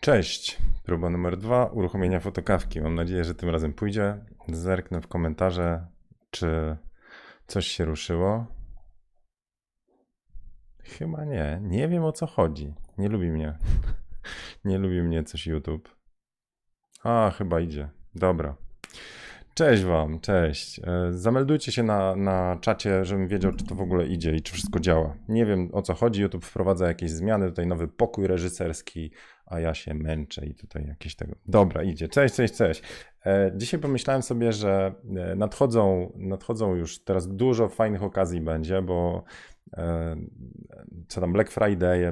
Cześć, próba numer 2 uruchomienia fotokawki. Mam nadzieję, że tym razem pójdzie. Zerknę w komentarze, czy coś się ruszyło. Chyba nie. Nie wiem, o co chodzi. Nie lubi mnie. Nie lubi mnie coś YouTube. A, chyba idzie. Dobra. Cześć wam, cześć. Zameldujcie się na czacie, żebym wiedział, czy to w ogóle idzie i czy wszystko działa. Nie wiem, o co chodzi. YouTube wprowadza jakieś zmiany, tutaj nowy pokój reżyserski, a ja się męczę i tutaj jakieś tego. Dobra, idzie. Cześć, cześć, cześć. Dzisiaj pomyślałem sobie, że nadchodzą już teraz dużo fajnych okazji będzie, bo co tam, Black Friday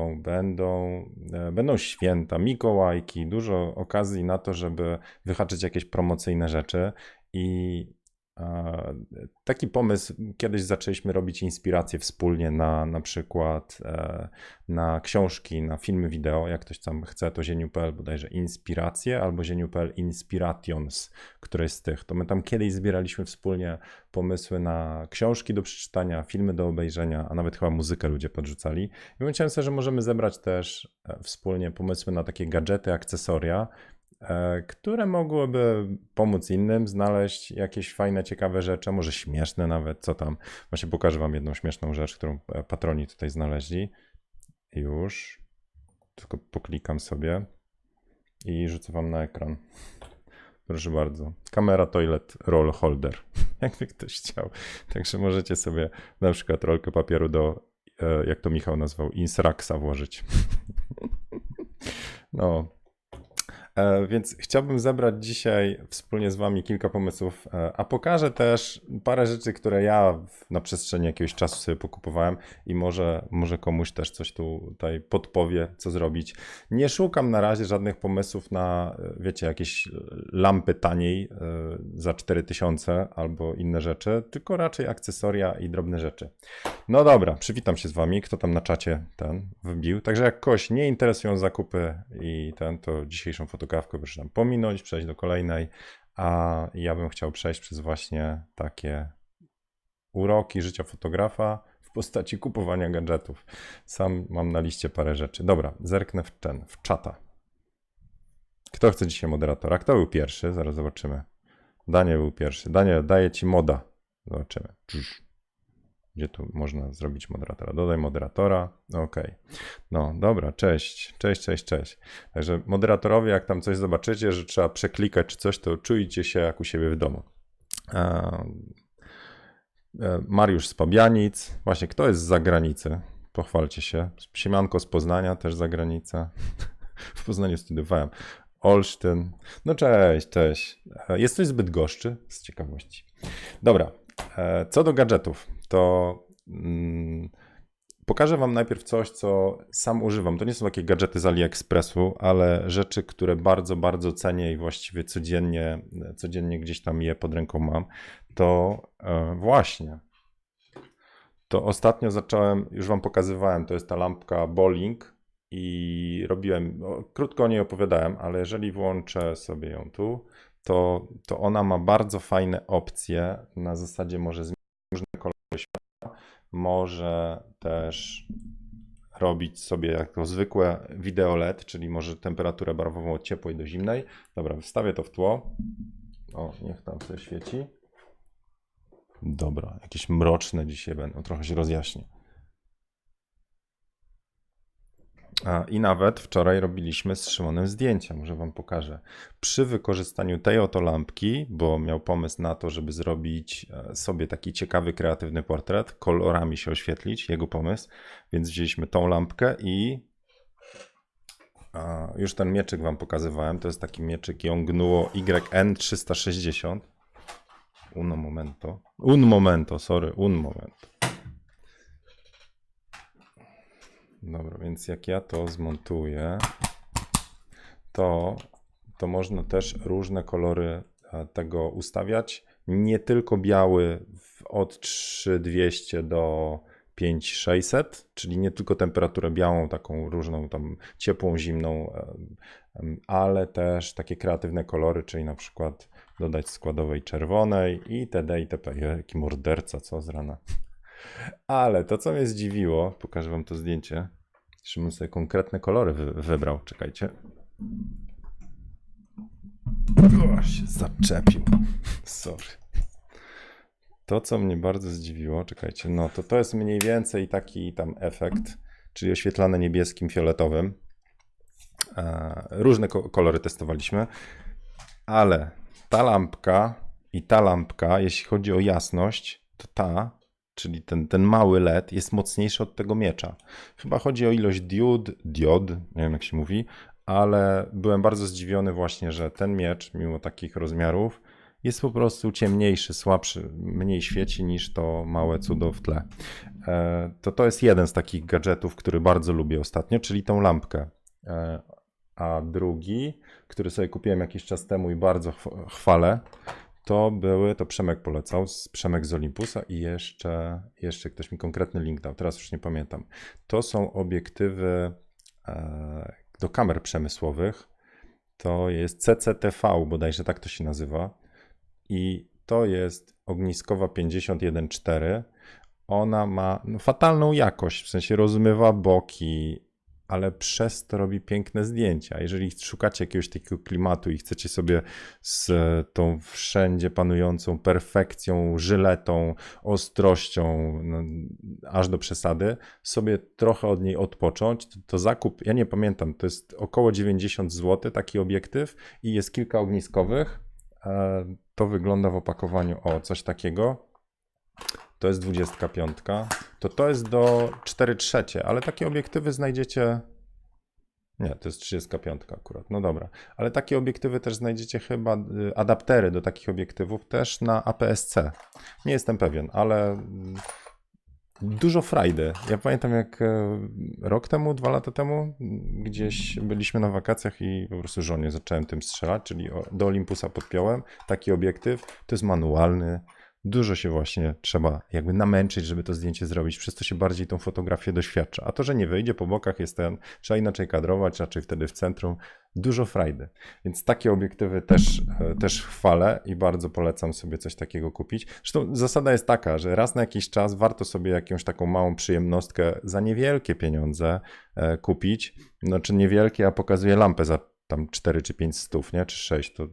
będą święta, Mikołajki, dużo okazji na to, żeby wyhaczyć jakieś promocyjne rzeczy i taki pomysł, kiedyś zaczęliśmy robić inspiracje wspólnie na przykład na książki, na filmy wideo, jak ktoś tam chce, to zieniu.pl bodajże inspiracje albo zieniu.pl inspirations, któreś z tych, to my tam kiedyś zbieraliśmy wspólnie pomysły na książki do przeczytania, filmy do obejrzenia, a nawet chyba muzykę ludzie podrzucali i pomyślałem sobie, że możemy zebrać też wspólnie pomysły na takie gadżety, akcesoria, które mogłyby pomóc innym znaleźć jakieś fajne, ciekawe rzeczy, może śmieszne nawet, co tam. Właśnie pokażę wam jedną śmieszną rzecz, którą patroni tutaj znaleźli. Już. Tylko poklikam sobie i rzucę wam na ekran. Proszę bardzo. Kamera Toilet Roll Holder, jakby ktoś chciał. Także możecie sobie na przykład rolkę papieru do, jak to Michał nazwał, Insraxa włożyć. No. Więc chciałbym zebrać dzisiaj wspólnie z wami kilka pomysłów, a pokażę też parę rzeczy, które ja na przestrzeni jakiegoś czasu sobie pokupowałem i może komuś też coś tutaj podpowie, co zrobić. Nie szukam na razie żadnych pomysłów na, wiecie, jakieś lampy taniej za 4000 albo inne rzeczy, tylko raczej akcesoria i drobne rzeczy. No dobra, przywitam się z wami, kto tam na czacie wbił. Także jak kogoś nie interesują zakupy i to dzisiejszą fotokawkę proszę tam pominąć, przejść do kolejnej, a ja bym chciał przejść przez właśnie takie uroki życia fotografa w postaci kupowania gadżetów. Sam mam na liście parę rzeczy. Dobra, zerknę w czata. Kto chce dzisiaj moderatora? Kto był pierwszy? Zaraz zobaczymy. Daniel był pierwszy. Daniel, daję ci moda. Zobaczymy. Gdzie tu można zrobić moderatora? Dodaj moderatora. OK. No dobra, cześć. Cześć, cześć, cześć. Także moderatorowie, jak tam coś zobaczycie, że trzeba przeklikać czy coś, to czujcie się jak u siebie w domu. Mariusz z Pabianic. Właśnie, kto jest z zagranicy? Pochwalcie się. Siemanko z Poznania, też zagranica. W Poznaniu studiowałem. Olsztyn. No cześć, cześć. Jest coś zbyt goszczy? Z ciekawości. Dobra. Co do gadżetów, to pokażę wam najpierw coś, co sam używam. To nie są takie gadżety z AliExpressu, ale rzeczy, które bardzo, bardzo cenię i właściwie codziennie gdzieś tam je pod ręką mam. To właśnie, to ostatnio zacząłem, już wam pokazywałem, to jest ta lampka Bolink i robiłem, krótko o niej opowiadałem, ale jeżeli włączę sobie ją tu, to ona ma bardzo fajne opcje, na zasadzie może zmienić różne kolory światła, może też robić sobie jako zwykłe wideo LED, czyli może temperaturę barwową od ciepłej do zimnej. Dobra, wstawię to w tło. O, niech tam sobie świeci. Dobra, jakieś mroczne dzisiaj będą, trochę się rozjaśnię. I nawet wczoraj robiliśmy z Szymonem zdjęcia, może wam pokażę. Przy wykorzystaniu tej oto lampki, bo miał pomysł na to, żeby zrobić sobie taki ciekawy, kreatywny portret, kolorami się oświetlić, jego pomysł, więc wzięliśmy tą lampkę i już ten mieczyk wam pokazywałem, to jest taki mieczyk Yongnuo YN360. Un momento. Dobra, więc jak ja to zmontuję, to można też różne kolory tego ustawiać. Nie tylko biały od 3200 do 5600, czyli nie tylko temperaturę białą, taką różną, tam ciepłą, zimną, ale też takie kreatywne kolory, czyli na przykład dodać składowej czerwonej itd. itp. Jaki morderca, co z rana. Ale to, co mnie zdziwiło, pokażę wam to zdjęcie. Szymon sobie konkretne kolory wybrał. Czekajcie. O, się zaczepił. Sorry. To, co mnie bardzo zdziwiło, czekajcie, no to jest mniej więcej taki tam efekt, czyli oświetlane niebieskim, fioletowym. Różne kolory testowaliśmy, ale ta lampka i ta lampka, jeśli chodzi o jasność, to ta, czyli ten mały LED jest mocniejszy od tego miecza. Chyba chodzi o ilość diod, nie wiem jak się mówi, ale byłem bardzo zdziwiony właśnie, że ten miecz, mimo takich rozmiarów, jest po prostu ciemniejszy, słabszy, mniej świeci niż to małe cudo w tle. To jest jeden z takich gadżetów, który bardzo lubię ostatnio, czyli tą lampkę. A drugi, który sobie kupiłem jakiś czas temu i bardzo chwalę, to Przemek polecał, Przemek z Olympusa i jeszcze ktoś mi konkretny link dał, teraz już nie pamiętam. To są obiektywy do kamer przemysłowych, to jest CCTV, bodajże tak to się nazywa i to jest ogniskowa 51.4. Ona ma fatalną jakość, w sensie rozmywa boki, ale przez to robi piękne zdjęcia. Jeżeli szukacie jakiegoś takiego klimatu i chcecie sobie z tą wszędzie panującą perfekcją, żyletą, ostrością, no, aż do przesady, sobie trochę od niej odpocząć, to zakup, ja nie pamiętam, to jest około 90 zł taki obiektyw i jest kilka ogniskowych. To wygląda w opakowaniu coś takiego. To jest 25. To jest do 4/3, ale takie obiektywy znajdziecie. Nie, to jest 35 akurat. No dobra, ale takie obiektywy też znajdziecie chyba, adaptery do takich obiektywów też na APS-C. Nie jestem pewien, ale dużo frajdy. Ja pamiętam jak rok temu, 2 lata temu gdzieś byliśmy na wakacjach i po prostu żonie zacząłem tym strzelać, czyli do Olympusa podpiąłem taki obiektyw. To jest manualny. Dużo się właśnie trzeba jakby namęczyć, żeby to zdjęcie zrobić, przez to się bardziej tą fotografię doświadcza. A to, że nie wyjdzie po bokach, trzeba inaczej kadrować, raczej wtedy w centrum. Dużo frajdy. Więc takie obiektywy też chwalę i bardzo polecam sobie coś takiego kupić. Zresztą zasada jest taka, że raz na jakiś czas warto sobie jakąś taką małą przyjemnostkę za niewielkie pieniądze kupić. Znaczy niewielkie, a pokazuję lampę za tam 4 czy 5 stów, nie? Czy 6, to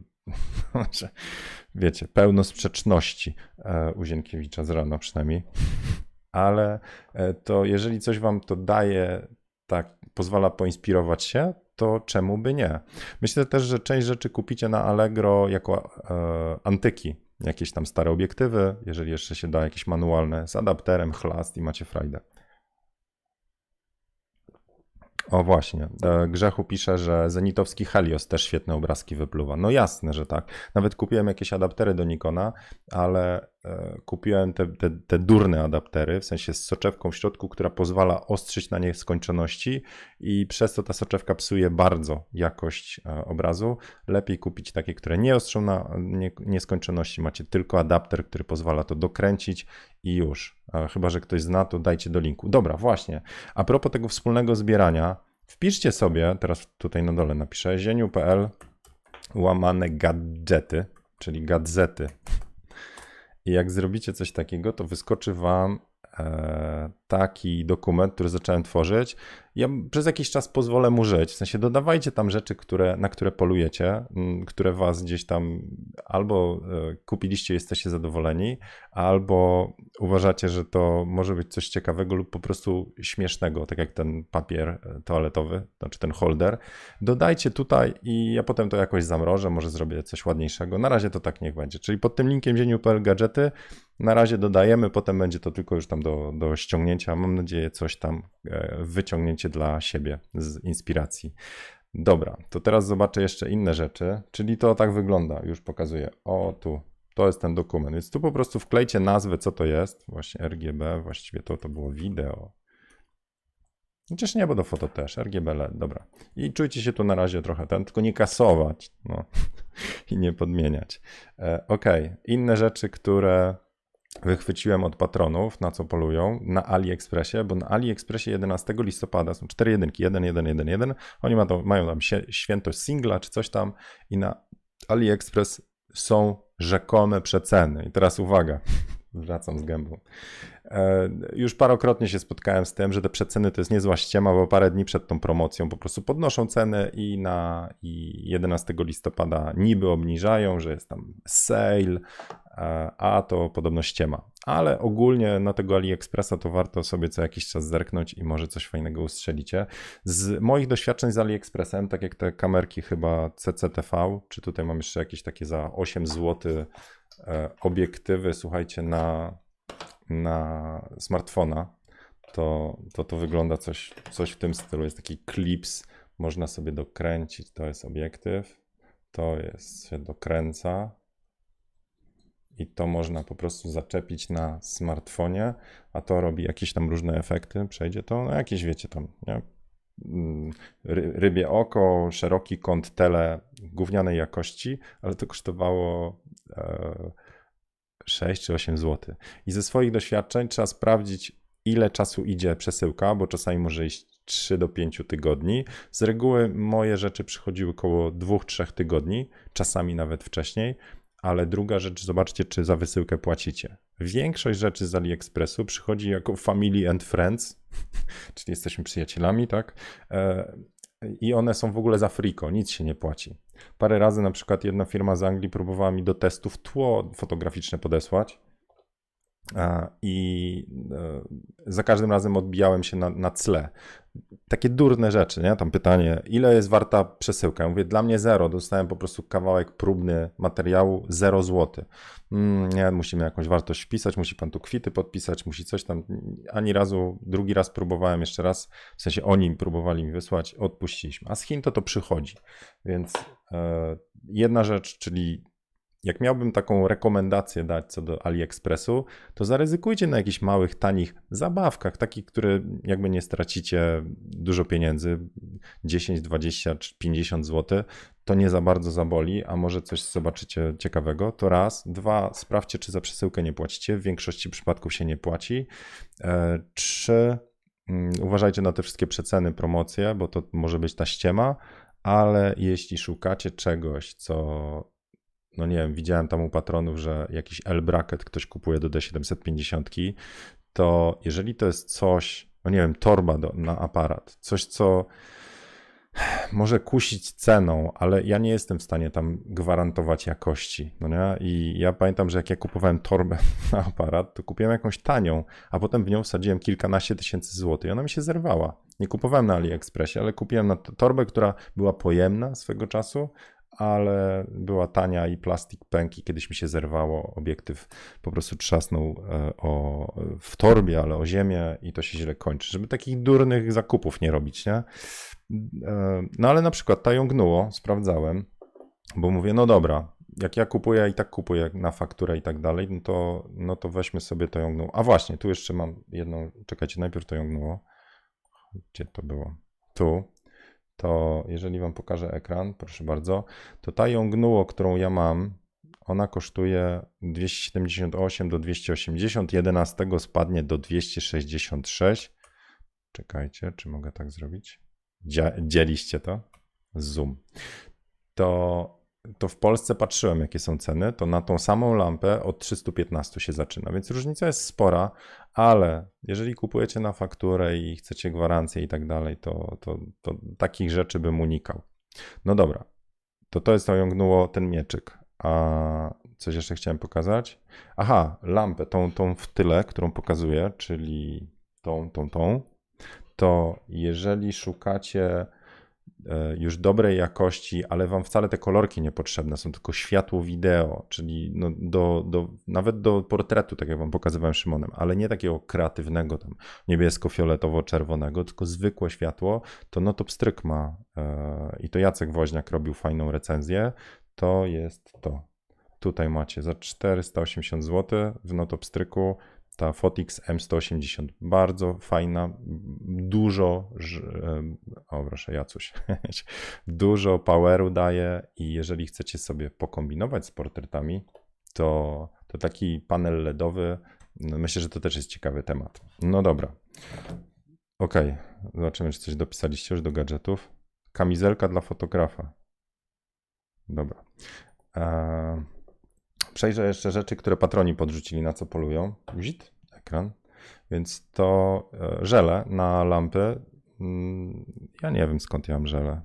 wiecie, pełno sprzeczności u Zienkiewicza z rana przynajmniej, ale to jeżeli coś wam to daje, tak pozwala poinspirować się, to czemu by nie? Myślę też, że część rzeczy kupicie na Allegro jako antyki, jakieś tam stare obiektywy, jeżeli jeszcze się da jakieś manualne z adapterem, chlast i macie frajdę. O właśnie, Grzechu pisze, że zenitowski Helios też świetne obrazki wypluwa. No jasne, że tak. Nawet kupiłem jakieś adaptery do Nikona, ale kupiłem te durne adaptery, w sensie z soczewką w środku, która pozwala ostrzyć na nieskończoności i przez to ta soczewka psuje bardzo jakość obrazu. Lepiej kupić takie, które nie ostrzą na nieskończoności. Macie tylko adapter, który pozwala to dokręcić i już. Chyba że ktoś zna, to dajcie do linku. Dobra, właśnie. A propos tego wspólnego zbierania, wpiszcie sobie, teraz tutaj na dole napiszę, zieniu.pl /gadżety, czyli gadzety. I jak zrobicie coś takiego, to wyskoczy wam taki dokument, który zacząłem tworzyć. Ja przez jakiś czas pozwolę mu żyć, w sensie dodawajcie tam rzeczy, na które polujecie, które was gdzieś tam albo kupiliście, jesteście zadowoleni, albo uważacie, że to może być coś ciekawego lub po prostu śmiesznego, tak jak ten papier toaletowy, znaczy ten holder. Dodajcie tutaj i ja potem to jakoś zamrożę, może zrobię coś ładniejszego. Na razie to tak niech będzie. Czyli pod tym linkiem zieniu.pl gadżety na razie dodajemy, potem będzie to tylko już tam do ściągnięcia. Mam nadzieję coś tam wyciągnięcie dla siebie z inspiracji. Dobra, to teraz zobaczę jeszcze inne rzeczy, czyli to tak wygląda, już pokazuję. O, tu, to jest ten dokument, więc tu po prostu wklejcie nazwę, co to jest, właśnie RGB, właściwie to było wideo. Chociaż nie, bo do foto też, RGB LED, dobra. I czujcie się tu na razie trochę tylko nie kasować, no i nie podmieniać. Ok, inne rzeczy, które wychwyciłem od patronów, na co polują, na AliExpressie, bo na AliExpressie 11 listopada są 4 jedynki, 1, 1, 1, 1. Oni mają tam świętość singla czy coś tam i na AliExpress są rzekome przeceny. I teraz uwaga, wracam z gębą. Już parokrotnie się spotkałem z tym, że te przeceny to jest niezła ściema, bo parę dni przed tą promocją po prostu podnoszą ceny i 11 listopada niby obniżają, że jest tam sale, a to podobno ściema. Ale ogólnie na tego AliExpressa to warto sobie co jakiś czas zerknąć i może coś fajnego ustrzelicie. Z moich doświadczeń z AliExpressem, tak jak te kamerki chyba CCTV, czy tutaj mam jeszcze jakieś takie za 8 zł obiektywy, słuchajcie, na smartfona, to wygląda coś w tym stylu. Jest taki klips, można sobie dokręcić, to jest obiektyw, to jest, się dokręca i to można po prostu zaczepić na smartfonie, a to robi jakieś tam różne efekty, przejdzie to, no jakieś wiecie tam, nie? Rybie oko, szeroki kąt tele gównianej jakości, ale to kosztowało 6 czy 8 zł. I ze swoich doświadczeń trzeba sprawdzić, ile czasu idzie przesyłka, bo czasami może iść 3 do 5 tygodni. Z reguły moje rzeczy przychodziły około 2-3 tygodni, czasami nawet wcześniej, ale druga rzecz, zobaczcie, czy za wysyłkę płacicie. Większość rzeczy z AliExpressu przychodzi jako family and friends, czyli jesteśmy przyjacielami, tak? I one są w ogóle za friko, nic się nie płaci. Parę razy na przykład jedna firma z Anglii próbowała mi do testów tło fotograficzne podesłać i za każdym razem odbijałem się na cle. Takie durne rzeczy, nie? Tam pytanie, ile jest warta przesyłka? Ja mówię, dla mnie 0, dostałem po prostu kawałek próbny materiału, 0 zł. Nie, musimy jakąś wartość wpisać, musi pan tu kwity podpisać, musi coś tam. Ani razu, drugi raz próbowałem jeszcze raz, w sensie oni próbowali mi wysłać, odpuściliśmy. A z Chin to przychodzi. Więc jedna rzecz, czyli jak miałbym taką rekomendację dać co do AliExpressu, to zaryzykujcie na jakichś małych, tanich zabawkach, takich, które jakby nie stracicie dużo pieniędzy, 10, 20 czy 50 zł, to nie za bardzo zaboli, a może coś zobaczycie ciekawego, to raz. Dwa, sprawdźcie, czy za przesyłkę nie płacicie, w większości przypadków się nie płaci. Trzy, uważajcie na te wszystkie przeceny, promocje, bo to może być ta ściema, ale jeśli szukacie czegoś, co no nie wiem, widziałem tam u patronów, że jakiś L-bracket ktoś kupuje do D750, to jeżeli to jest coś, no nie wiem, torba na aparat, coś co może kusić ceną, ale ja nie jestem w stanie tam gwarantować jakości, no nie? I ja pamiętam, że jak ja kupowałem torbę na aparat, to kupiłem jakąś tanią, a potem w nią wsadziłem kilkanaście tysięcy złotych i ona mi się zerwała. Nie kupowałem na AliExpressie, ale kupiłem na torbę, która była pojemna swego czasu, ale była tania i plastik pękł i kiedyś mi się zerwało, obiektyw po prostu trzasnął w torbie, ale o ziemię i to się źle kończy. Żeby takich durnych zakupów nie robić, nie? No ale na przykład ta Yongnuo sprawdzałem, bo mówię, no dobra, jak ja kupuję i tak kupuję na fakturę i tak dalej, no to weźmy sobie to Yongnuo. A właśnie, tu jeszcze mam jedną, czekajcie, najpierw to Yongnuo. Gdzie to było? Tu. To jeżeli wam pokażę ekran, proszę bardzo, to ta Yongnuo, którą ja mam, ona kosztuje 278 do 280, 11 spadnie do 266. Czekajcie, czy mogę tak zrobić? Dzieliście to? Zoom. To w Polsce patrzyłem, jakie są ceny, to na tą samą lampę od 315 się zaczyna, więc różnica jest spora, ale jeżeli kupujecie na fakturę i chcecie gwarancję i tak dalej, to takich rzeczy bym unikał. No dobra, to jest to Yongnuo, ten mieczyk. A coś jeszcze chciałem pokazać? Aha, lampę, tą w tyle, którą pokazuję, czyli tą, to jeżeli szukacie już dobrej jakości, ale wam wcale te kolorki niepotrzebne, są tylko światło wideo, czyli no nawet do portretu, tak jak wam pokazywałem Szymonem, ale nie takiego kreatywnego tam niebiesko-fioletowo-czerwonego, tylko zwykłe światło, to Notopstryk ma i to Jacek Woźniak robił fajną recenzję, to jest to. Tutaj macie za 480 zł w Notopstryku ta Fotix M180, bardzo fajna, dużo, o proszę Jacuś, dużo poweru daje i jeżeli chcecie sobie pokombinować z portretami, to taki panel LEDowy, no myślę, że to też jest ciekawy temat. No dobra, okej, zobaczymy, czy coś dopisaliście już do gadżetów. Kamizelka dla fotografa. Dobra. Przejrzę jeszcze rzeczy, które patroni podrzucili, na co polują. Ekran. Więc to żele na lampy, ja nie wiem skąd ja mam żele.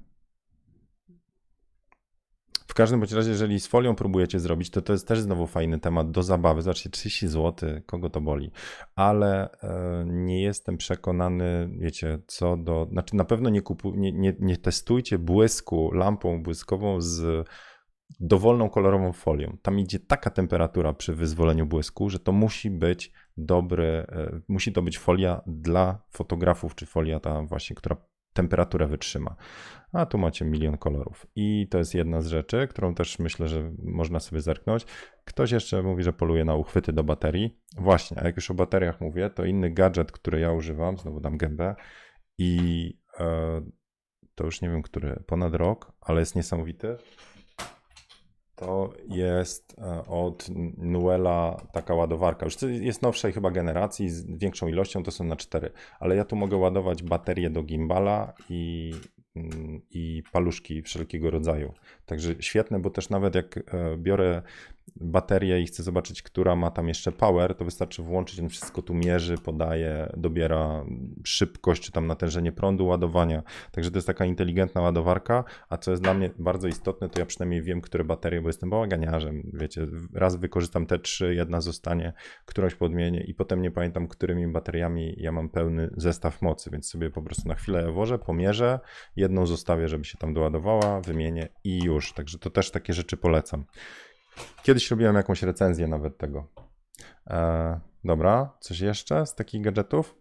W każdym bądź razie, jeżeli z folią próbujecie zrobić, to jest też znowu fajny temat do zabawy. Zobaczcie, 30 zł, kogo to boli. Ale nie jestem przekonany, wiecie, co do... Znaczy na pewno nie testujcie błysku lampą błyskową z dowolną kolorową folią. Tam idzie taka temperatura przy wyzwoleniu błysku, że to musi być musi to być folia dla fotografów, czy folia ta właśnie, która temperaturę wytrzyma. A tu macie milion kolorów. I to jest jedna z rzeczy, którą też myślę, że można sobie zerknąć. Ktoś jeszcze mówi, że poluje na uchwyty do baterii. Właśnie, a jak już o bateriach mówię, to inny gadżet, który ja używam, znowu dam gębę i to już nie wiem, który, ponad rok, ale jest niesamowity. To jest od Nuela taka ładowarka. Już jest nowszej chyba generacji, z większą ilością, to są na 4. Ale ja tu mogę ładować baterię do gimbala i paluszki wszelkiego rodzaju. Także świetne, bo też nawet jak biorę baterię i chcę zobaczyć, która ma tam jeszcze power, to wystarczy włączyć, on wszystko tu mierzy, podaje, dobiera szybkość czy tam natężenie prądu ładowania. Także to jest taka inteligentna ładowarka, a co jest dla mnie bardzo istotne, to ja przynajmniej wiem, które baterie, bo jestem bałaganiarzem, wiecie, raz wykorzystam te 3, jedna zostanie, którąś podmienię i potem nie pamiętam, którymi bateriami ja mam pełny zestaw mocy, więc sobie po prostu na chwilę je włożę, pomierzę, jedną zostawię, żeby się tam doładowała, wymienię i już. Także to też takie rzeczy polecam. Kiedyś robiłem jakąś recenzję nawet tego. Dobra, coś jeszcze z takich gadżetów?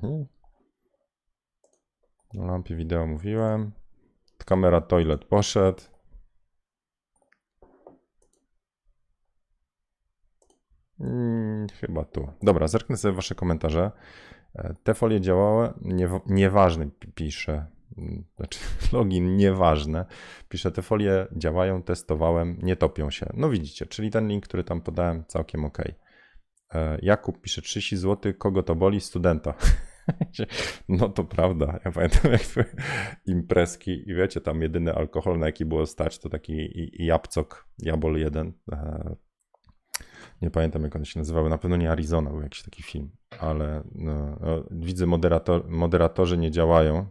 O lampie wideo mówiłem. Kamera toilet poszedł. Chyba tu. Dobra, zerknę sobie wasze komentarze. Te folie działały, nieważne pisze. Znaczy login nieważne. Pisze, te folie działają, testowałem, nie topią się. No widzicie, czyli ten link, który tam podałem, całkiem ok. Jakub pisze 30 zł, kogo to boli? Studenta. No to prawda, ja pamiętam jak były imprezki i wiecie, tam jedyny alkohol, na jaki było stać, to taki Jabcok, Jabol 1. Nie pamiętam jak one się nazywały, na pewno nie Arizona, był jakiś taki film, ale no, widzę moderatorzy nie działają.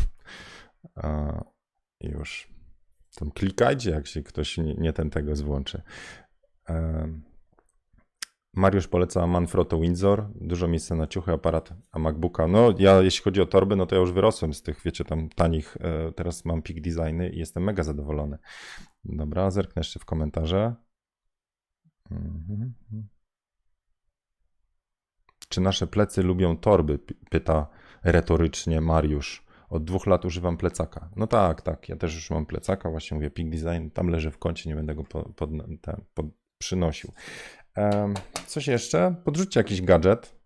Już. Tam klikajcie, jak się ktoś nie ten tego złączy. Mariusz poleca Manfrotto Windsor, dużo miejsca na ciuchy, aparat, a MacBooka. No ja jeśli chodzi o torby, no to ja już wyrosłem z tych, wiecie, tam tanich, teraz mam Peak Designy i jestem mega zadowolony. Dobra, zerknę jeszcze w komentarze. Czy nasze plecy lubią torby? Pyta retorycznie Mariusz. Od 2 lat używam plecaka. No tak, ja też już mam plecaka, właśnie mówię Peak Design, tam leży w kącie, nie będę go przynosił. Coś jeszcze? Podrzućcie jakiś gadżet.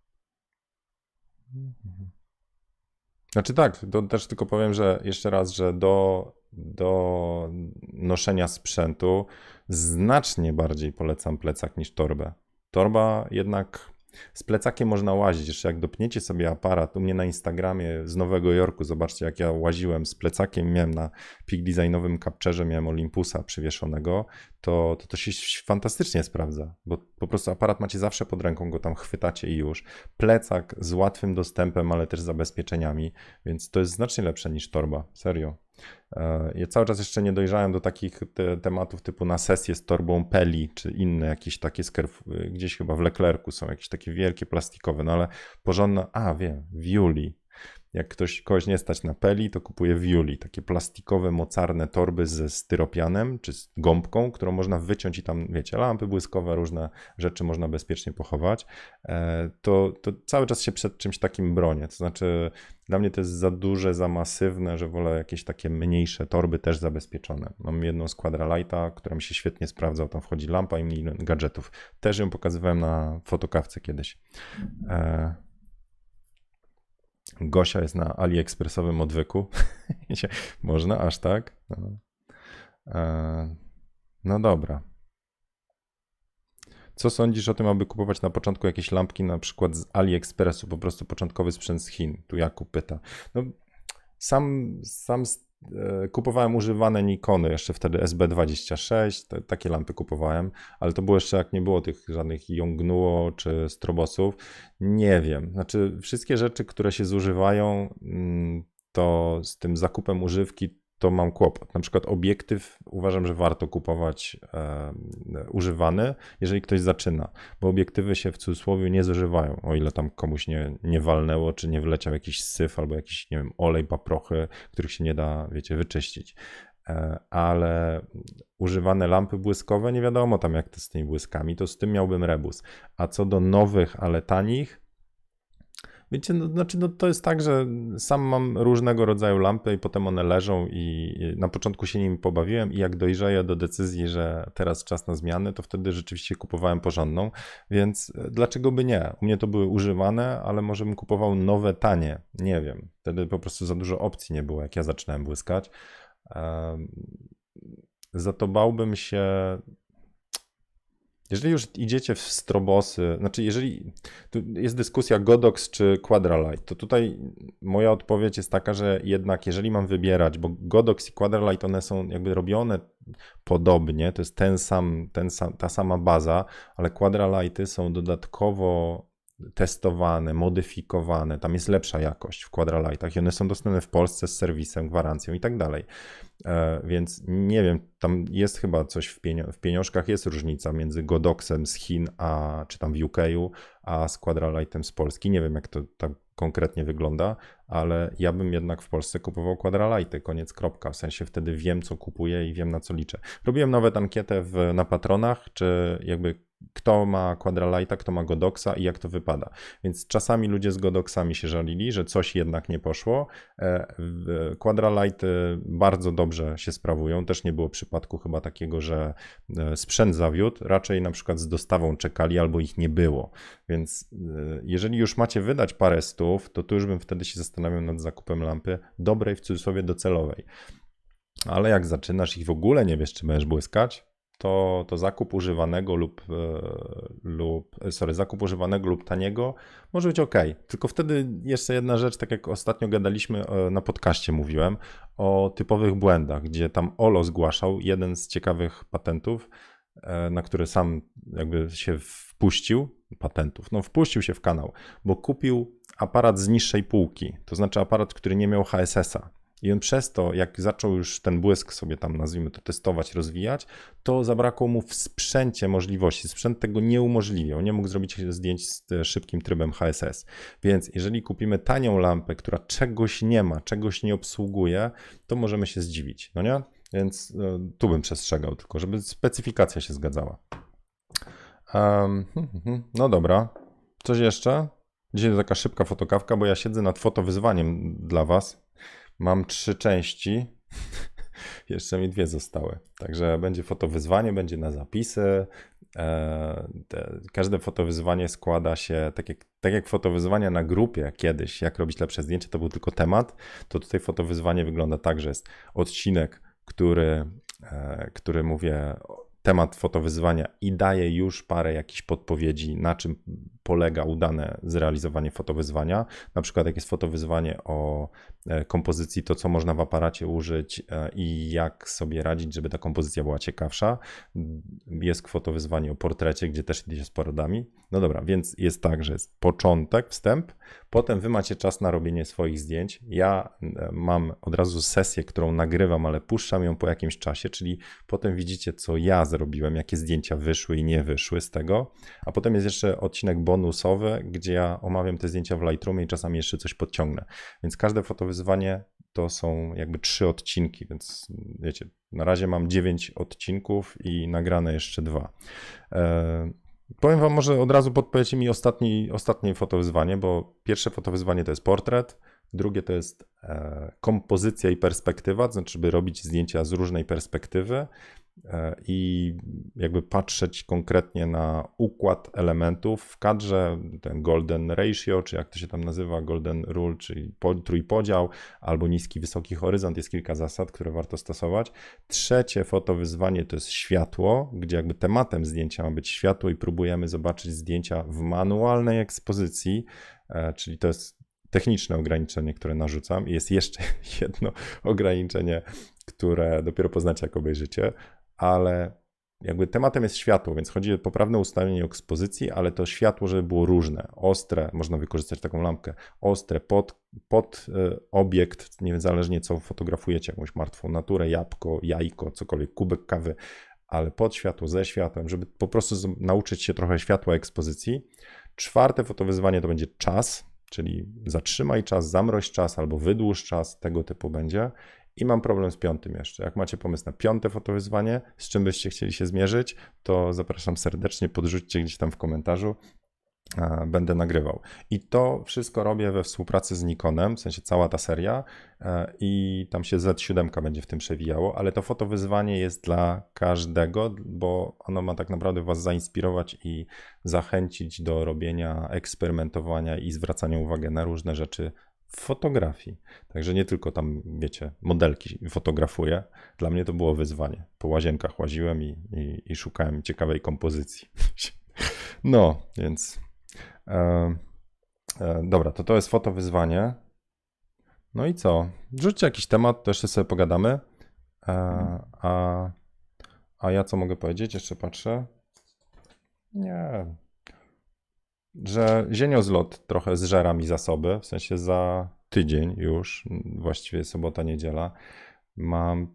Znaczy tak, to też tylko powiem, że jeszcze raz, że do noszenia sprzętu znacznie bardziej polecam plecak niż torbę. Torba jednak z plecakiem można łazić. Jeszcze jak dopniecie sobie aparat, u mnie na Instagramie z Nowego Jorku, zobaczcie jak ja łaziłem z plecakiem, miałem na Peak Designowym Capturze, miałem Olympusa przywieszonego, to się fantastycznie sprawdza, bo po prostu aparat macie zawsze pod ręką, go tam chwytacie i już. Plecak z łatwym dostępem, ale też zabezpieczeniami, więc to jest znacznie lepsze niż torba, serio. Ja cały czas jeszcze nie dojrzałem do takich tematów typu na sesję z torbą Peli, czy inne jakieś takie gdzieś chyba w Leclercu są jakieś takie wielkie plastikowe, no ale porządne, wiem, Viuli. Jak kogoś nie stać na Peli, to kupuje Viuli, takie plastikowe, mocarne torby ze styropianem, czy z gąbką, którą można wyciąć i tam, wiecie, lampy błyskowe, różne rzeczy można bezpiecznie pochować. To cały czas się przed czymś takim bronię, to znaczy dla mnie to jest za duże, za masywne, że wolę jakieś takie mniejsze torby też zabezpieczone. Mam jedną z Quadralighta, która mi się świetnie sprawdza, tam wchodzi lampa i milion gadżetów. Też ją pokazywałem na fotokawce kiedyś. Gosia jest na AliExpressowym odwyku. Można aż tak? No dobra. Co sądzisz o tym, aby kupować na początku jakieś lampki na przykład z AliExpressu, po prostu początkowy sprzęt z Chin? Tu Jakub pyta. No, sam kupowałem używane Nikony, jeszcze wtedy SB26, takie lampy kupowałem, ale to było jeszcze jak nie było tych żadnych Yongnuo czy strobosów. Nie wiem, znaczy wszystkie rzeczy, które się zużywają, to z tym zakupem używki to mam kłopot. Na przykład obiektyw uważam, że warto kupować używany, jeżeli ktoś zaczyna, bo obiektywy się w cudzysłowie nie zużywają, o ile tam komuś nie walnęło, czy nie wleciał jakiś syf albo jakiś, nie wiem, olej, paprochy, których się nie da, wiecie, wyczyścić. Ale używane lampy błyskowe, nie wiadomo tam jak to z tymi błyskami, to z tym miałbym rebus. A co do nowych, ale tanich, wiecie, to jest tak, że sam mam różnego rodzaju lampy i potem one leżą i na początku się nimi pobawiłem i jak dojrzeję do decyzji, że teraz czas na zmiany, to wtedy rzeczywiście kupowałem porządną, więc dlaczego by nie? U mnie to były używane, ale może bym kupował nowe, tanie, nie wiem. Wtedy po prostu za dużo opcji nie było, jak ja zaczynałem błyskać. Za to bałbym się. Jeżeli już idziecie w strobosy, znaczy jeżeli tu jest dyskusja Godox czy Quadralight, to tutaj moja odpowiedź jest taka, że jednak jeżeli mam wybierać, bo Godox i Quadralight one są jakby robione podobnie, to jest ta sama baza, ale Quadralighty są dodatkowo testowane, modyfikowane, tam jest lepsza jakość w Quadralightach i one są dostępne w Polsce z serwisem, gwarancją i tak dalej. Więc nie wiem, tam jest chyba coś w pieniążkach, jest różnica między Godoxem z Chin, czy tam w UK-u, a z Quadralightem z Polski. Nie wiem, jak to tam konkretnie wygląda, ale ja bym jednak w Polsce kupował Quadralighty, koniec, kropka. W sensie wtedy wiem, co kupuję i wiem, na co liczę. Robiłem nawet ankietę na Patronach, czy jakby kto ma Quadralighta, kto ma Godoxa i jak to wypada. Więc czasami ludzie z Godoxami się żalili, że coś jednak nie poszło. Quadralighty bardzo dobrze się sprawują. Też nie było przypadku chyba takiego, że sprzęt zawiódł. Raczej na przykład z dostawą czekali albo ich nie było. Więc jeżeli już macie wydać parę stów, to tu już bym wtedy się zastanawiał nad zakupem lampy dobrej, w cudzysłowie docelowej. Ale jak zaczynasz i w ogóle nie wiesz, czy będziesz błyskać, to zakup używanego zakup używanego lub taniego może być ok. Tylko wtedy jeszcze jedna rzecz, tak jak ostatnio gadaliśmy na podcaście, mówiłem o typowych błędach, gdzie tam Olo zgłaszał jeden z ciekawych patentów, na który sam jakby się wpuścił się w kanał, bo kupił aparat z niższej półki, to znaczy aparat, który nie miał HSS-a. I on przez to, jak zaczął już ten błysk sobie tam, nazwijmy to, testować, rozwijać, to zabrakło mu w sprzęcie możliwości. Sprzęt tego nie umożliwiał. Nie mógł zrobić zdjęć z szybkim trybem HSS. Więc jeżeli kupimy tanią lampę, która czegoś nie ma, czegoś nie obsługuje, to możemy się zdziwić, no nie? Więc tu bym przestrzegał tylko, żeby specyfikacja się zgadzała. No dobra. Coś jeszcze? Dzisiaj to taka szybka fotokawka, bo ja siedzę nad fotowyzwaniem dla was. Mam 3 części, jeszcze mi 2 zostały. Także będzie fotowyzwanie, będzie na zapisy. Każde fotowyzwanie składa się, tak jak fotowyzwanie na grupie kiedyś, jak robić lepsze zdjęcie, to był tylko temat, to tutaj fotowyzwanie wygląda tak, że jest odcinek, który mówię, temat fotowyzwania i daje już parę jakichś podpowiedzi, na czym polega udane zrealizowanie fotowyzwania. Na przykład jak jest fotowyzwanie o kompozycji, to co można w aparacie użyć i jak sobie radzić, żeby ta kompozycja była ciekawsza. Jest fotowyzwanie o portrecie, gdzie też idzie z poradami. No dobra, więc jest tak, że jest początek, wstęp, potem wy macie czas na robienie swoich zdjęć. Ja mam od razu sesję, którą nagrywam, ale puszczam ją po jakimś czasie, czyli potem widzicie, co ja zrobiłem, jakie zdjęcia wyszły i nie wyszły z tego, a potem jest jeszcze odcinek bonusowy, gdzie ja omawiam te zdjęcia w Lightroomie i czasami jeszcze coś podciągnę. Więc każde fotowyzwanie to są jakby 3 odcinki, więc wiecie, na razie mam 9 odcinków i nagrane jeszcze 2. Powiem wam, może od razu podpowiecie mi ostatnie fotowyzwanie, bo pierwsze fotowyzwanie to jest portret, drugie to jest kompozycja i perspektywa, to znaczy, żeby robić zdjęcia z różnej perspektywy i jakby patrzeć konkretnie na układ elementów w kadrze, ten golden ratio, czy jak to się tam nazywa, golden rule, czyli trójpodział, albo niski, wysoki horyzont, jest kilka zasad, które warto stosować. Trzecie fotowyzwanie to jest światło, gdzie jakby tematem zdjęcia ma być światło i próbujemy zobaczyć zdjęcia w manualnej ekspozycji, czyli to jest techniczne ograniczenie, które narzucam i jest jeszcze jedno ograniczenie, które dopiero poznacie, jak obejrzycie, ale jakby tematem jest światło, więc chodzi o poprawne ustawienie ekspozycji, ale to światło, żeby było różne, ostre, można wykorzystać taką lampkę, ostre, pod obiekt, niezależnie co fotografujecie, jakąś martwą naturę, jabłko, jajko, cokolwiek, kubek kawy, ale pod światło, ze światłem, żeby po prostu nauczyć się trochę światła ekspozycji. Czwarte fotowyzwanie to będzie czas, czyli zatrzymaj czas, zamroź czas albo wydłuż czas, tego typu będzie. I mam problem z piątym jeszcze. Jak macie pomysł na piąte fotowyzwanie, z czym byście chcieli się zmierzyć, to zapraszam serdecznie, podrzućcie gdzieś tam w komentarzu. Będę nagrywał. I to wszystko robię we współpracy z Nikonem, w sensie cała ta seria i tam się Z7 będzie w tym przewijało, ale to fotowyzwanie jest dla każdego, bo ono ma tak naprawdę was zainspirować i zachęcić do robienia, eksperymentowania i zwracania uwagi na różne rzeczy w fotografii. Także nie tylko tam, wiecie, modelki fotografuję. Dla mnie to było wyzwanie. Po łazienkach łaziłem i szukałem ciekawej kompozycji. No, więc dobra, to jest fotowyzwanie. No i co? Rzućcie jakiś temat, to jeszcze sobie pogadamy. A ja co mogę powiedzieć? Jeszcze patrzę. Nie. Że zieniozlot trochę zżera mi zasoby, w sensie za tydzień już, właściwie sobota, niedziela, mam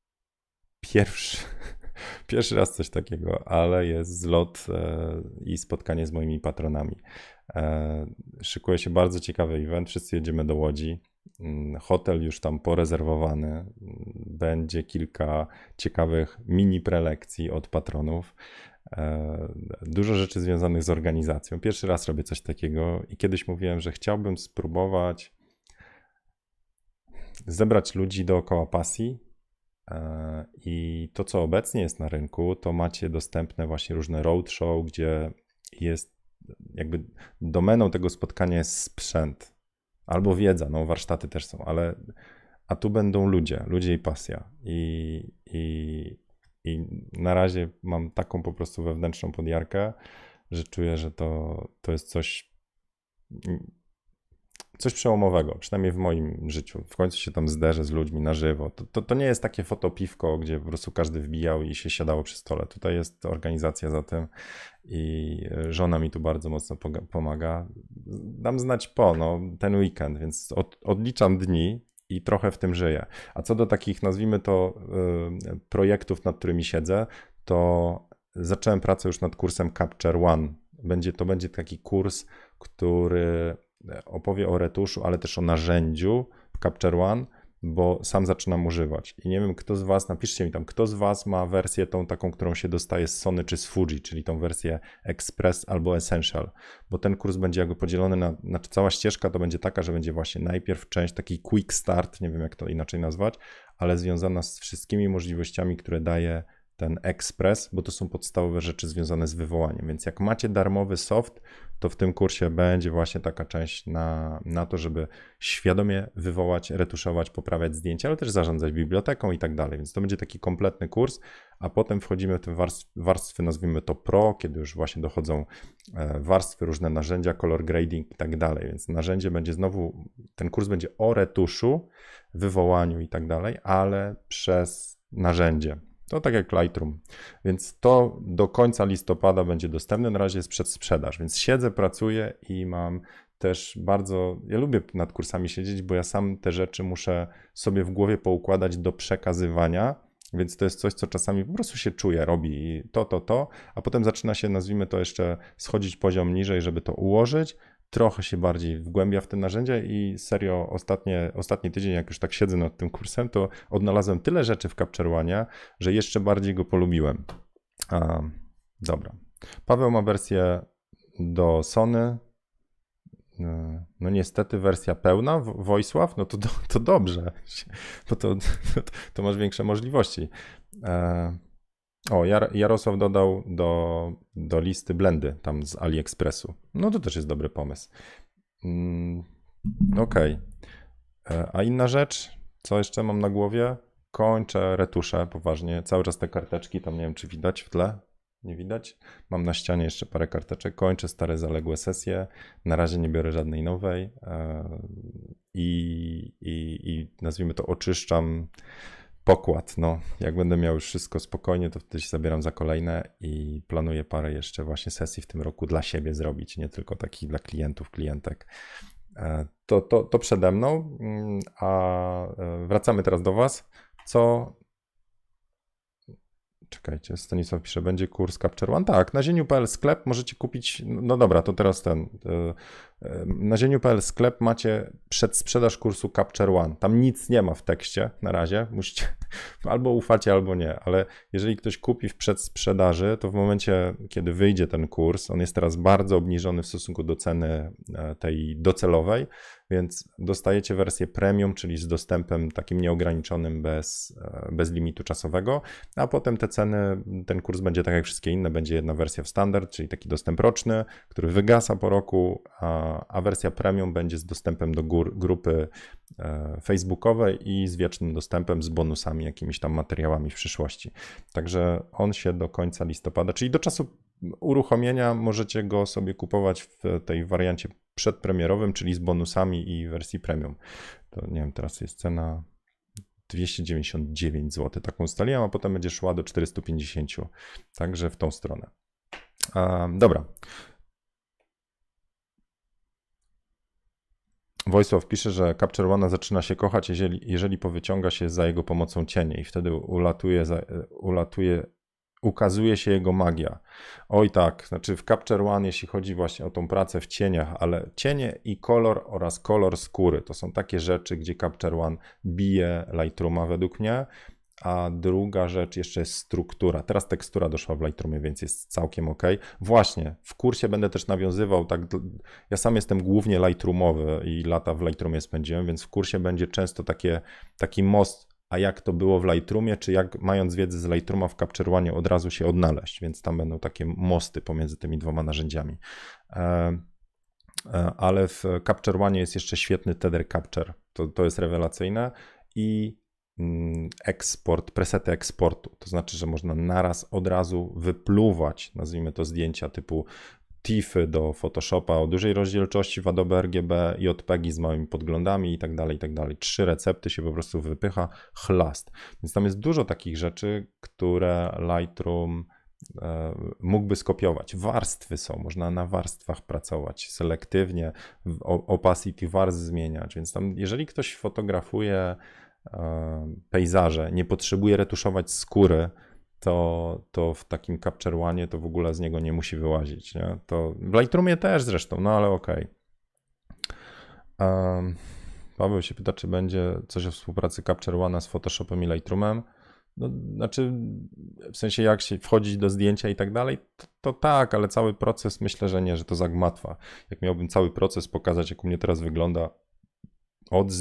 pierwszy raz coś takiego, ale jest zlot i spotkanie z moimi patronami. Szykuje się bardzo ciekawy event, wszyscy jedziemy do Łodzi. Hotel już tam porezerwowany, będzie kilka ciekawych mini prelekcji od patronów. Dużo rzeczy związanych z organizacją. Pierwszy raz robię coś takiego i kiedyś mówiłem, że chciałbym spróbować zebrać ludzi dookoła pasji i to, co obecnie jest na rynku, to macie dostępne właśnie różne roadshow, gdzie jest jakby domeną tego spotkania jest sprzęt albo wiedza, no warsztaty też są, a tu będą ludzie i pasja i na razie mam taką po prostu wewnętrzną podjarkę, że czuję, że to jest coś przełomowego, przynajmniej w moim życiu. W końcu się tam zderzę z ludźmi na żywo. To nie jest takie fotopiwko, gdzie po prostu każdy wbijał i się siadało przy stole. Tutaj jest organizacja za tym i żona mi tu bardzo mocno pomaga. Dam znać ten weekend, więc odliczam dni i trochę w tym żyję. A co do takich, nazwijmy to, projektów, nad którymi siedzę, to zacząłem pracę już nad kursem Capture One. To będzie taki kurs, który opowie o retuszu, ale też o narzędziu Capture One, bo sam zaczynam używać. I nie wiem, kto z was, napiszcie mi tam, kto z was ma wersję tą taką, którą się dostaje z Sony czy z Fuji, czyli tą wersję Express albo Essential, bo ten kurs będzie jakby podzielony znaczy cała ścieżka to będzie taka, że będzie właśnie najpierw część, taki quick start, nie wiem jak to inaczej nazwać, ale związana z wszystkimi możliwościami, które daje ten Express, bo to są podstawowe rzeczy związane z wywołaniem, więc jak macie darmowy soft, to w tym kursie będzie właśnie taka część na to, żeby świadomie wywołać, retuszować, poprawiać zdjęcia, ale też zarządzać biblioteką i tak dalej, więc to będzie taki kompletny kurs, a potem wchodzimy w te warstwy, nazwijmy to pro, kiedy już właśnie dochodzą warstwy, różne narzędzia, color grading i tak dalej, więc narzędzie będzie znowu, ten kurs będzie o retuszu, wywołaniu i tak dalej, ale przez narzędzie. To tak jak Lightroom, więc to do końca listopada będzie dostępne, na razie jest przedsprzedaż, więc siedzę, pracuję i mam też ja lubię nad kursami siedzieć, bo ja sam te rzeczy muszę sobie w głowie poukładać do przekazywania, więc to jest coś, co czasami po prostu się czuje, robi a potem zaczyna się, nazwijmy to jeszcze, schodzić poziom niżej, żeby to ułożyć, trochę się bardziej wgłębia w te narzędzia i serio ostatni tydzień, jak już tak siedzę nad tym kursem, to odnalazłem tyle rzeczy w Capture One, że jeszcze bardziej go polubiłem. Dobra. Paweł ma wersję do Sony. No niestety wersja pełna, Wojsław, no to dobrze, bo to masz większe możliwości. Jarosław dodał do listy blendy tam z AliExpressu. No to też jest dobry pomysł. Okej. A inna rzecz, co jeszcze mam na głowie? Kończę retusze poważnie. Cały czas te karteczki, tam nie wiem czy widać w tle. Nie widać. Mam na ścianie jeszcze parę karteczek. Kończę stare, zaległe sesje. Na razie nie biorę żadnej nowej. I nazwijmy to oczyszczam pokład. No, jak będę miał już wszystko spokojnie, to wtedy się zabieram za kolejne i planuję parę jeszcze właśnie sesji w tym roku dla siebie zrobić, nie tylko takich dla klientów, klientek. To przede mną, a wracamy teraz do Was. Czekajcie, Stanisław pisze, będzie kurs Capture One? Tak, na zieniu.pl sklep możecie kupić, no dobra, to teraz na zieniu.pl sklep macie przedsprzedaż kursu Capture One. Tam nic nie ma w tekście na razie, musicie albo ufacie, albo nie, ale jeżeli ktoś kupi w przedsprzedaży, to w momencie, kiedy wyjdzie ten kurs, on jest teraz bardzo obniżony w stosunku do ceny tej docelowej, więc dostajecie wersję premium, czyli z dostępem takim nieograniczonym bez limitu czasowego, a potem te ceny, ten kurs będzie tak jak wszystkie inne, będzie jedna wersja w standard, czyli taki dostęp roczny, który wygasa po roku, a wersja premium będzie z dostępem do grupy facebookowej i z wiecznym dostępem z bonusami, jakimiś tam materiałami w przyszłości. Także on się do końca listopada, czyli do czasu uruchomienia możecie go sobie kupować w tej wariancie przedpremierowym, czyli z bonusami i wersji premium. To nie wiem, teraz jest cena 299 zł, taką ustaliłem, a potem będzie szła do 450, także w tą stronę. Dobra. Wojsław pisze, że Capture One zaczyna się kochać, jeżeli powyciąga się za jego pomocą cienie i wtedy ukazuje się jego magia. Oj tak, znaczy w Capture One, jeśli chodzi właśnie o tą pracę w cieniach, ale cienie i kolor oraz kolor skóry, to są takie rzeczy, gdzie Capture One bije Lightrooma według mnie, a druga rzecz jeszcze jest struktura. Teraz tekstura doszła w Lightroomie, więc jest całkiem ok. Właśnie, w kursie będę też nawiązywał, tak, ja sam jestem głównie Lightroomowy i lata w Lightroomie spędziłem, więc w kursie będzie często taki most, a jak to było w Lightroomie, czy jak mając wiedzę z Lightrooma w Capture One od razu się odnaleźć, więc tam będą takie mosty pomiędzy tymi dwoma narzędziami. Ale w Capture One jest jeszcze świetny Tether Capture, to jest rewelacyjne i eksport, presety eksportu, to znaczy, że można naraz od razu wypluwać, nazwijmy to zdjęcia typu TIFy do Photoshopa o dużej rozdzielczości w Adobe RGB, JPEGi z małymi podglądami i tak dalej, i tak dalej. 3 recepty się po prostu wypycha, chlast. Więc tam jest dużo takich rzeczy, które Lightroom mógłby skopiować. Warstwy są, można na warstwach pracować selektywnie, opacity warstw zmieniać, więc tam jeżeli ktoś fotografuje pejzaże, nie potrzebuje retuszować skóry, to w takim Capture One to w ogóle z niego nie musi wyłazić. Nie? To w Lightroomie też zresztą, no ale okej. Paweł się pyta, czy będzie coś o współpracy Capture One z Photoshopem i Lightroomem. No, znaczy, w sensie jak się wchodzić do zdjęcia i tak dalej, to tak, ale cały proces myślę, że nie, że to zagmatwa. Jak miałbym cały proces pokazać, jak u mnie teraz wygląda od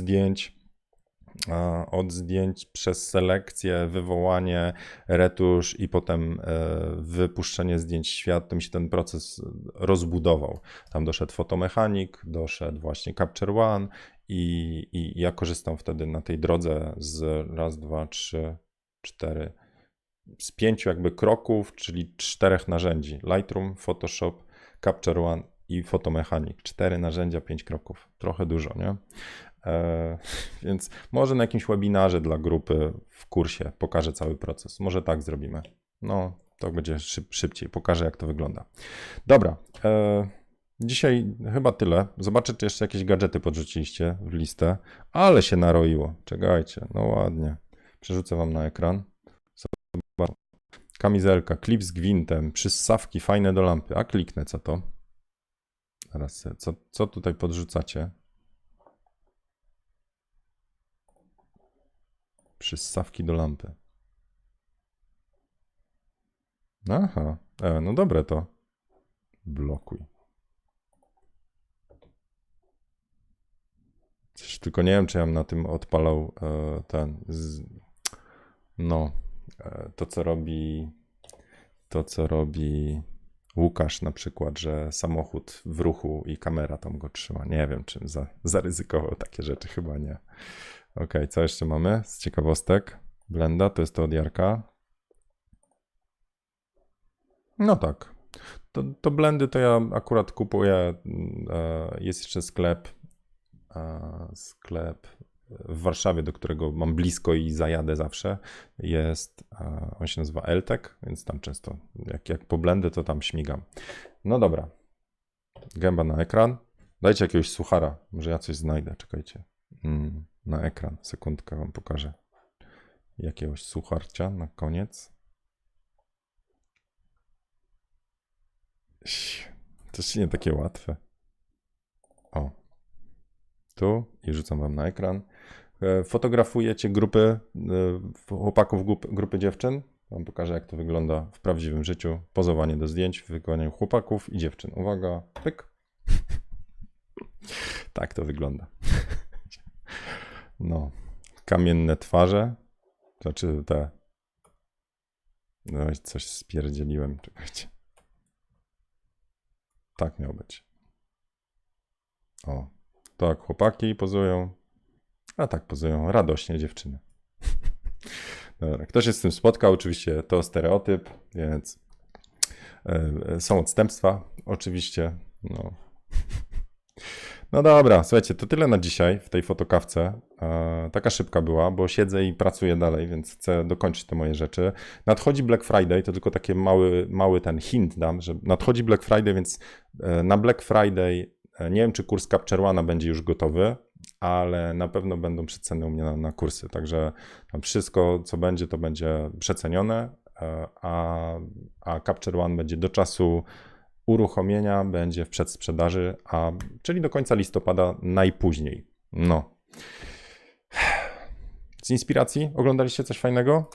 zdjęć przez selekcję, wywołanie, retusz i potem wypuszczenie zdjęć w świat, to mi się ten proces rozbudował. Tam doszedł fotomechanik, doszedł właśnie Capture One i ja korzystam wtedy na tej drodze z raz, dwa, trzy, cztery, z 5 jakby kroków, czyli 4 narzędzi. Lightroom, Photoshop, Capture One i fotomechanik. 4 narzędzia, 5 kroków. Trochę dużo, nie? Więc może na jakimś webinarze dla grupy w kursie pokażę cały proces. Może tak zrobimy. No, to będzie szybciej. Pokażę, jak to wygląda. Dobra. Dzisiaj chyba tyle. Zobaczę, czy jeszcze jakieś gadżety podrzuciliście w listę. Ale się naroiło. Czekajcie. No ładnie. Przerzucę wam na ekran. Kamizelka, klip z gwintem, przyssawki fajne do lampy. A kliknę, co to? Teraz co tutaj podrzucacie? Przyssawki do lampy. Aha, no dobre to. Blokuj. Tylko nie wiem, czy ja bym na tym odpalał to, co robi Łukasz na przykład, że samochód w ruchu i kamera tam go trzyma. Nie wiem, czym zaryzykował takie rzeczy, chyba nie. Okej, co jeszcze mamy z ciekawostek? Blenda, to jest to od Jarka. No tak. To blendy to ja akurat kupuję. Jest jeszcze sklep w Warszawie, do którego mam blisko i zajadę zawsze. On się nazywa Eltek, więc tam często, jak po blendy, to tam śmigam. No dobra. Gęba na ekran. Dajcie jakiegoś suchara, może ja coś znajdę, czekajcie. Na ekran, sekundkę wam pokażę. Jakiegoś sucharcia na koniec. To jest nie takie łatwe. O, tu i rzucam wam na ekran. Fotografujecie grupy chłopaków, grupy dziewczyn. Wam pokażę, jak to wygląda w prawdziwym życiu. Pozowanie do zdjęć w wykonaniu chłopaków i dziewczyn. Uwaga, pyk. Tak to wygląda. No, kamienne twarze. Znaczy te. No, coś spierdzieliłem, czekajcie. Tak miał być. O, tak chłopaki pozują, a tak pozują radośnie dziewczyny. Dobra, ktoś się z tym spotkał, oczywiście to stereotyp, więc są odstępstwa, oczywiście. No dobra, słuchajcie, to tyle na dzisiaj w tej fotokawce. Taka szybka była, bo siedzę i pracuję dalej, więc chcę dokończyć te moje rzeczy. Nadchodzi Black Friday, to tylko taki mały ten hint dam, że nadchodzi Black Friday, więc na Black Friday nie wiem, czy kurs Capture One'a będzie już gotowy, ale na pewno będą przeceny u mnie na kursy, także tam wszystko, co będzie, to będzie przecenione, a Capture One będzie do czasu uruchomienia, będzie w przedsprzedaży, czyli do końca listopada najpóźniej. No. Z inspiracji oglądaliście coś fajnego?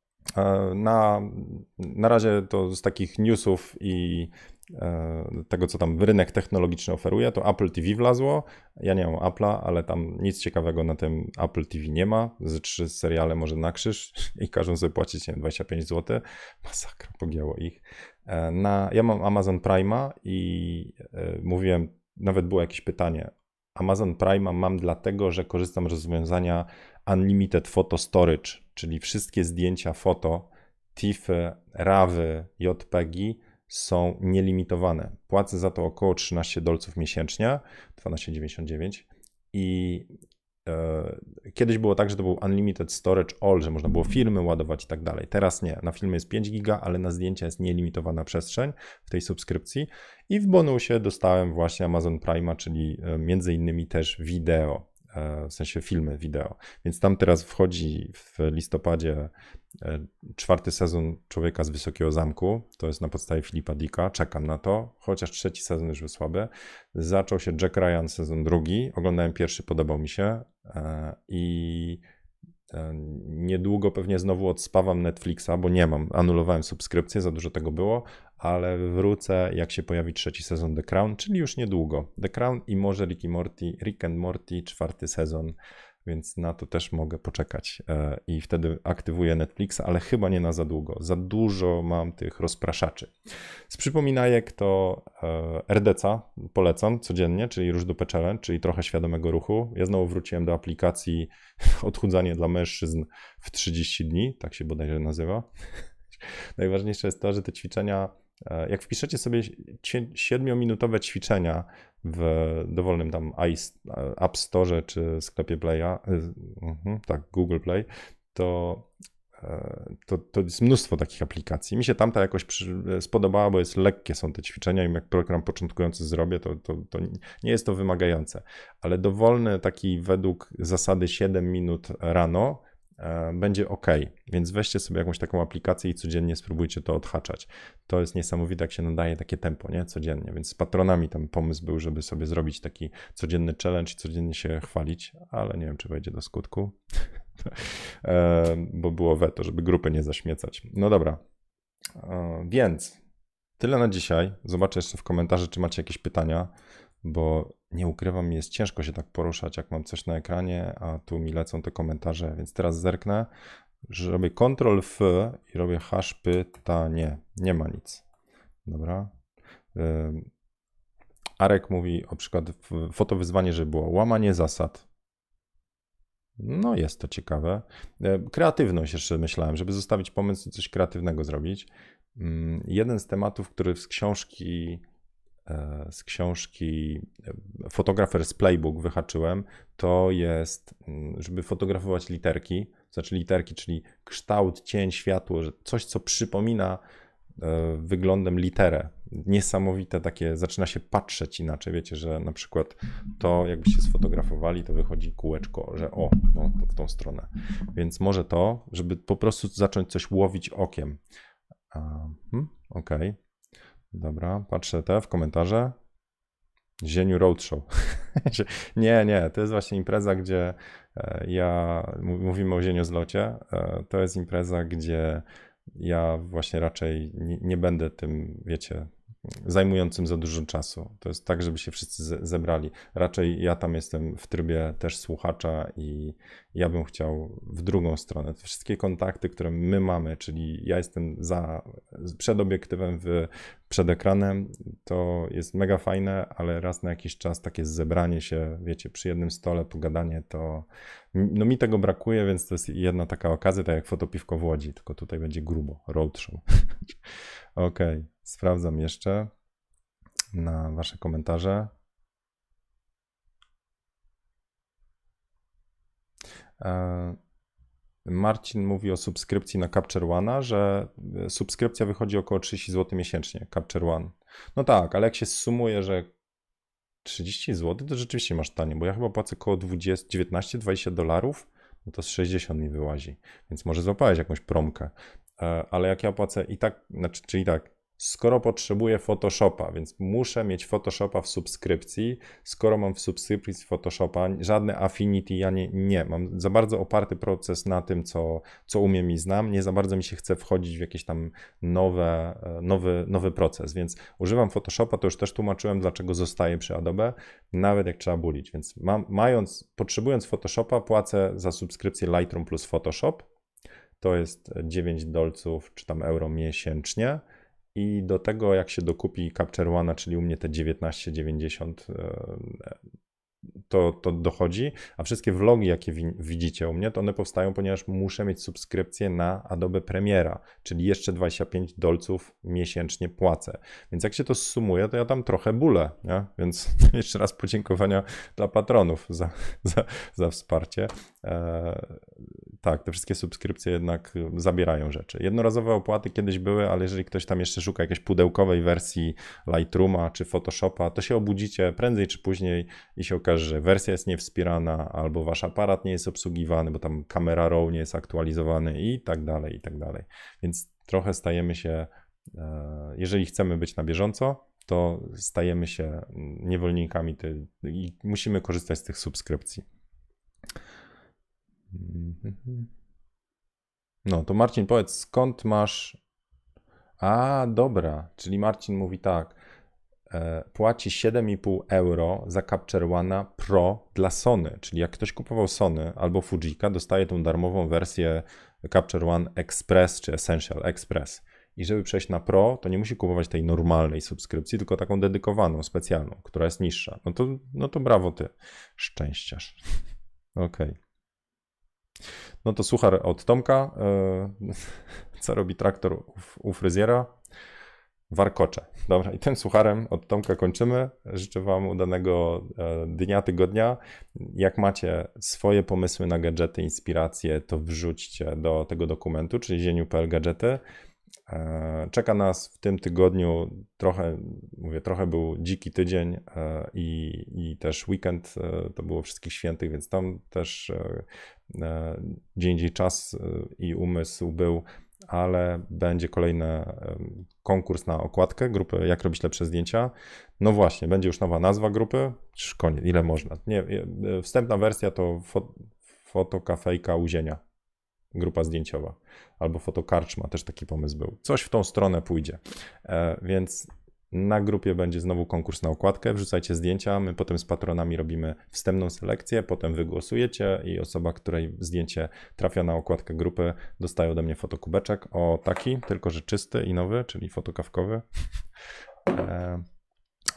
Na razie to z takich newsów i tego, co tam rynek technologiczny oferuje, to Apple TV wlazło. Ja nie mam Apple'a, ale tam nic ciekawego na tym Apple TV nie ma. Ze 3 seriale może na krzyż i każą sobie płacić, nie wiem, 25 zł. Masakra, pogięło ich. Ja mam Amazon Prime'a i mówiłem, nawet było jakieś pytanie. Amazon Prime'a mam dlatego, że korzystam z rozwiązania Unlimited Photo Storage, czyli wszystkie zdjęcia foto, TIFFy, RAWy, JPEGi są nielimitowane. Płacę za to około $13 miesięcznie, 12,99 i kiedyś było tak, że to był Unlimited Storage All, że można było filmy ładować i tak dalej. Teraz nie. Na filmy jest 5 giga, ale na zdjęcia jest nielimitowana przestrzeń w tej subskrypcji i w bonusie dostałem właśnie Amazon Prime'a, czyli między innymi też wideo, w sensie filmy wideo. Więc tam teraz wchodzi w listopadzie 4. sezon Człowieka z Wysokiego Zamku. To jest na podstawie Philipa Dicka. Czekam na to, chociaż 3. sezon już był słaby. Zaczął się Jack Ryan sezon 2. Oglądałem pierwszy, podobał mi się i niedługo pewnie znowu odspawam Netflixa, bo nie mam, anulowałem subskrypcję, za dużo tego było, ale wrócę, jak się pojawi 3. sezon The Crown, czyli już niedługo. The Crown i może Rick and Morty 4. sezon, więc na to też mogę poczekać i wtedy aktywuję Netflixa, ale chyba nie na za długo. Za dużo mam tych rozpraszaczy. Z przypominajek to RDC polecam codziennie, czyli Róż Dupę Challenge, czyli trochę świadomego ruchu. Ja znowu wróciłem do aplikacji Odchudzanie dla mężczyzn w 30 dni, tak się bodajże nazywa. Najważniejsze jest to, że te ćwiczenia, jak wpiszecie sobie 7-minutowe ćwiczenia w dowolnym tam App Store czy sklepie Play'a, tak, Google Play, to jest mnóstwo takich aplikacji. Mi się tamta jakoś spodobała, bo jest lekkie są te ćwiczenia i jak program początkujący zrobię, to nie jest to wymagające. Ale dowolny taki według zasady 7 minut rano będzie ok. Więc weźcie sobie jakąś taką aplikację i codziennie spróbujcie to odhaczać. To jest niesamowite, jak się nadaje takie tempo, nie? Codziennie. Więc z patronami tam pomysł był, żeby sobie zrobić taki codzienny challenge i codziennie się chwalić, ale nie wiem, czy wejdzie do skutku. Bo było weto, żeby grupy nie zaśmiecać. No dobra, więc tyle na dzisiaj. Zobaczę jeszcze w komentarzach, czy macie jakieś pytania, bo nie ukrywam, jest ciężko się tak poruszać, jak mam coś na ekranie, a tu mi lecą te komentarze, więc teraz zerknę, że robię Ctrl+F i robię hash pytanie. Nie ma nic. Dobra. Arek mówi na przykład fotowyzwanie, że było łamanie zasad. No jest to ciekawe. Kreatywność jeszcze myślałem, żeby zostawić pomysł i coś kreatywnego zrobić. Jeden z tematów, który z książki Photographer's Playbook wyhaczyłem, to jest, żeby fotografować literki, znaczy literki, czyli kształt, cień, światło, że coś, co przypomina wyglądem literę. Niesamowite takie, zaczyna się patrzeć inaczej, wiecie, że na przykład to jakbyście sfotografowali, to wychodzi kółeczko, że o, no to w tą stronę. Więc może to, żeby po prostu zacząć coś łowić okiem. Okej. Dobra, patrzę w komentarze. Zieniu Roadshow. Nie, to jest właśnie impreza, gdzie mówimy o Zieniu Zlocie, to jest impreza, gdzie ja właśnie raczej nie będę tym, wiecie, zajmującym za dużo czasu. To jest tak, żeby się wszyscy zebrali. Raczej ja tam jestem w trybie też słuchacza i ja bym chciał w drugą stronę. Te wszystkie kontakty, które my mamy, czyli ja jestem przed obiektywem, przed ekranem, to jest mega fajne, ale raz na jakiś czas takie zebranie się, wiecie, przy jednym stole, pogadanie, to no mi tego brakuje, więc to jest jedna taka okazja, tak jak fotopiwko w Łodzi, tylko tutaj będzie grubo, roadshow. Okej, sprawdzam jeszcze na wasze komentarze. Marcin mówi o subskrypcji na Capture One'a, że subskrypcja wychodzi około 30 zł miesięcznie, Capture One. No tak, ale jak się sumuje, że 30 zł, to rzeczywiście masz tanie, bo ja chyba płacę około 19-20 dolarów, no to z 60 mi wyłazi, więc może złapałeś jakąś promkę. Ale jak ja płacę i tak, znaczy, czyli tak, skoro potrzebuję Photoshopa, więc muszę mieć Photoshopa w subskrypcji, skoro mam w subskrypcji Photoshopa, żadne Affinity, ja nie mam za bardzo oparty proces na tym, co umiem i znam, nie za bardzo mi się chce wchodzić w jakiś tam nowy proces, więc używam Photoshopa, to już też tłumaczyłem, dlaczego zostaję przy Adobe, nawet jak trzeba bulić, więc potrzebując Photoshopa, płacę za subskrypcję Lightroom plus Photoshop, to jest 9 dolców czy tam euro miesięcznie i do tego jak się dokupi Capture One, czyli u mnie te 19,90 to dochodzi, a wszystkie vlogi, jakie widzicie u mnie, to one powstają, ponieważ muszę mieć subskrypcję na Adobe Premiera, czyli jeszcze 25 dolców miesięcznie płacę. Więc jak się to sumuje, to ja tam trochę bulę, nie? Więc jeszcze raz podziękowania dla patronów za wsparcie. Tak, te wszystkie subskrypcje jednak zabierają rzeczy. Jednorazowe opłaty kiedyś były, ale jeżeli ktoś tam jeszcze szuka jakiejś pudełkowej wersji Lightrooma czy Photoshopa, to się obudzicie prędzej czy później i się okaże, że wersja jest niewspierana, albo wasz aparat nie jest obsługiwany, bo tam kamera RAW nie jest aktualizowany i tak dalej, i tak dalej. Więc trochę stajemy się, jeżeli chcemy być na bieżąco, to stajemy się niewolnikami i musimy korzystać z tych subskrypcji. No to Marcin, powiedz, skąd masz... A, dobra, czyli Marcin mówi tak, płaci 7,5 euro za Capture One Pro dla Sony, czyli jak ktoś kupował Sony albo Fujika, dostaje tą darmową wersję Capture One Express czy Essential Express. I żeby przejść na Pro, to nie musi kupować tej normalnej subskrypcji, tylko taką dedykowaną, specjalną, która jest niższa. No to brawo ty, szczęściarz. Okej. No to suchar od Tomka. Co robi traktor u fryzjera? Warkocze. Dobra, i tym sucharem od Tomka kończymy. Życzę wam udanego dnia, tygodnia. Jak macie swoje pomysły na gadżety, inspiracje, to wrzućcie do tego dokumentu, czyli zieniu.pl gadżety. Czeka nas w tym tygodniu trochę był dziki tydzień i też weekend, to było wszystkich świętych, więc tam też gdzie indziej czas i umysł był, ale będzie kolejny konkurs na okładkę grupy Jak robić lepsze zdjęcia. No właśnie, będzie już nowa nazwa grupy. Koniec, ile można. Nie, wstępna wersja to fotokafejka u Zienia. Grupa zdjęciowa. Albo fotokarczma, też taki pomysł był. Coś w tą stronę pójdzie. Więc na grupie będzie znowu konkurs na okładkę. Wrzucajcie zdjęcia, my potem z patronami robimy wstępną selekcję, potem wy głosujecie i osoba, której zdjęcie trafia na okładkę grupy, dostaje ode mnie fotokubeczek. O taki, tylko że czysty i nowy, czyli fotokawkowy.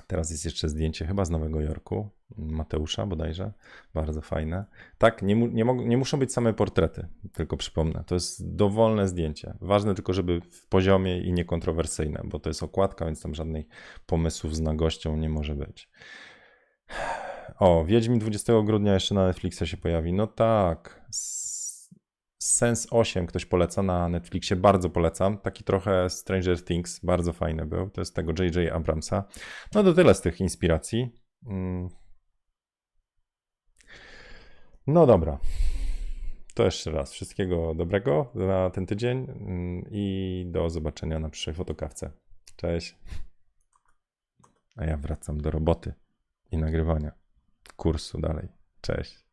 Teraz jest jeszcze zdjęcie chyba z Nowego Jorku, Mateusza bodajże, bardzo fajne. Tak, nie muszą być same portrety, tylko przypomnę, to jest dowolne zdjęcie. Ważne tylko, żeby w poziomie i niekontrowersyjne, bo to jest okładka, więc tam żadnych pomysłów z nagością nie może być. O, Wiedźmin 20 grudnia jeszcze na Netflixie się pojawi. No tak. Sense 8 ktoś poleca na Netflixie, bardzo polecam. Taki trochę Stranger Things, bardzo fajny był. To jest tego J.J. Abramsa. No to tyle z tych inspiracji. No dobra. To jeszcze raz. Wszystkiego dobrego na ten tydzień i do zobaczenia na przyszłej fotokawce. Cześć. A ja wracam do roboty i nagrywania kursu dalej. Cześć.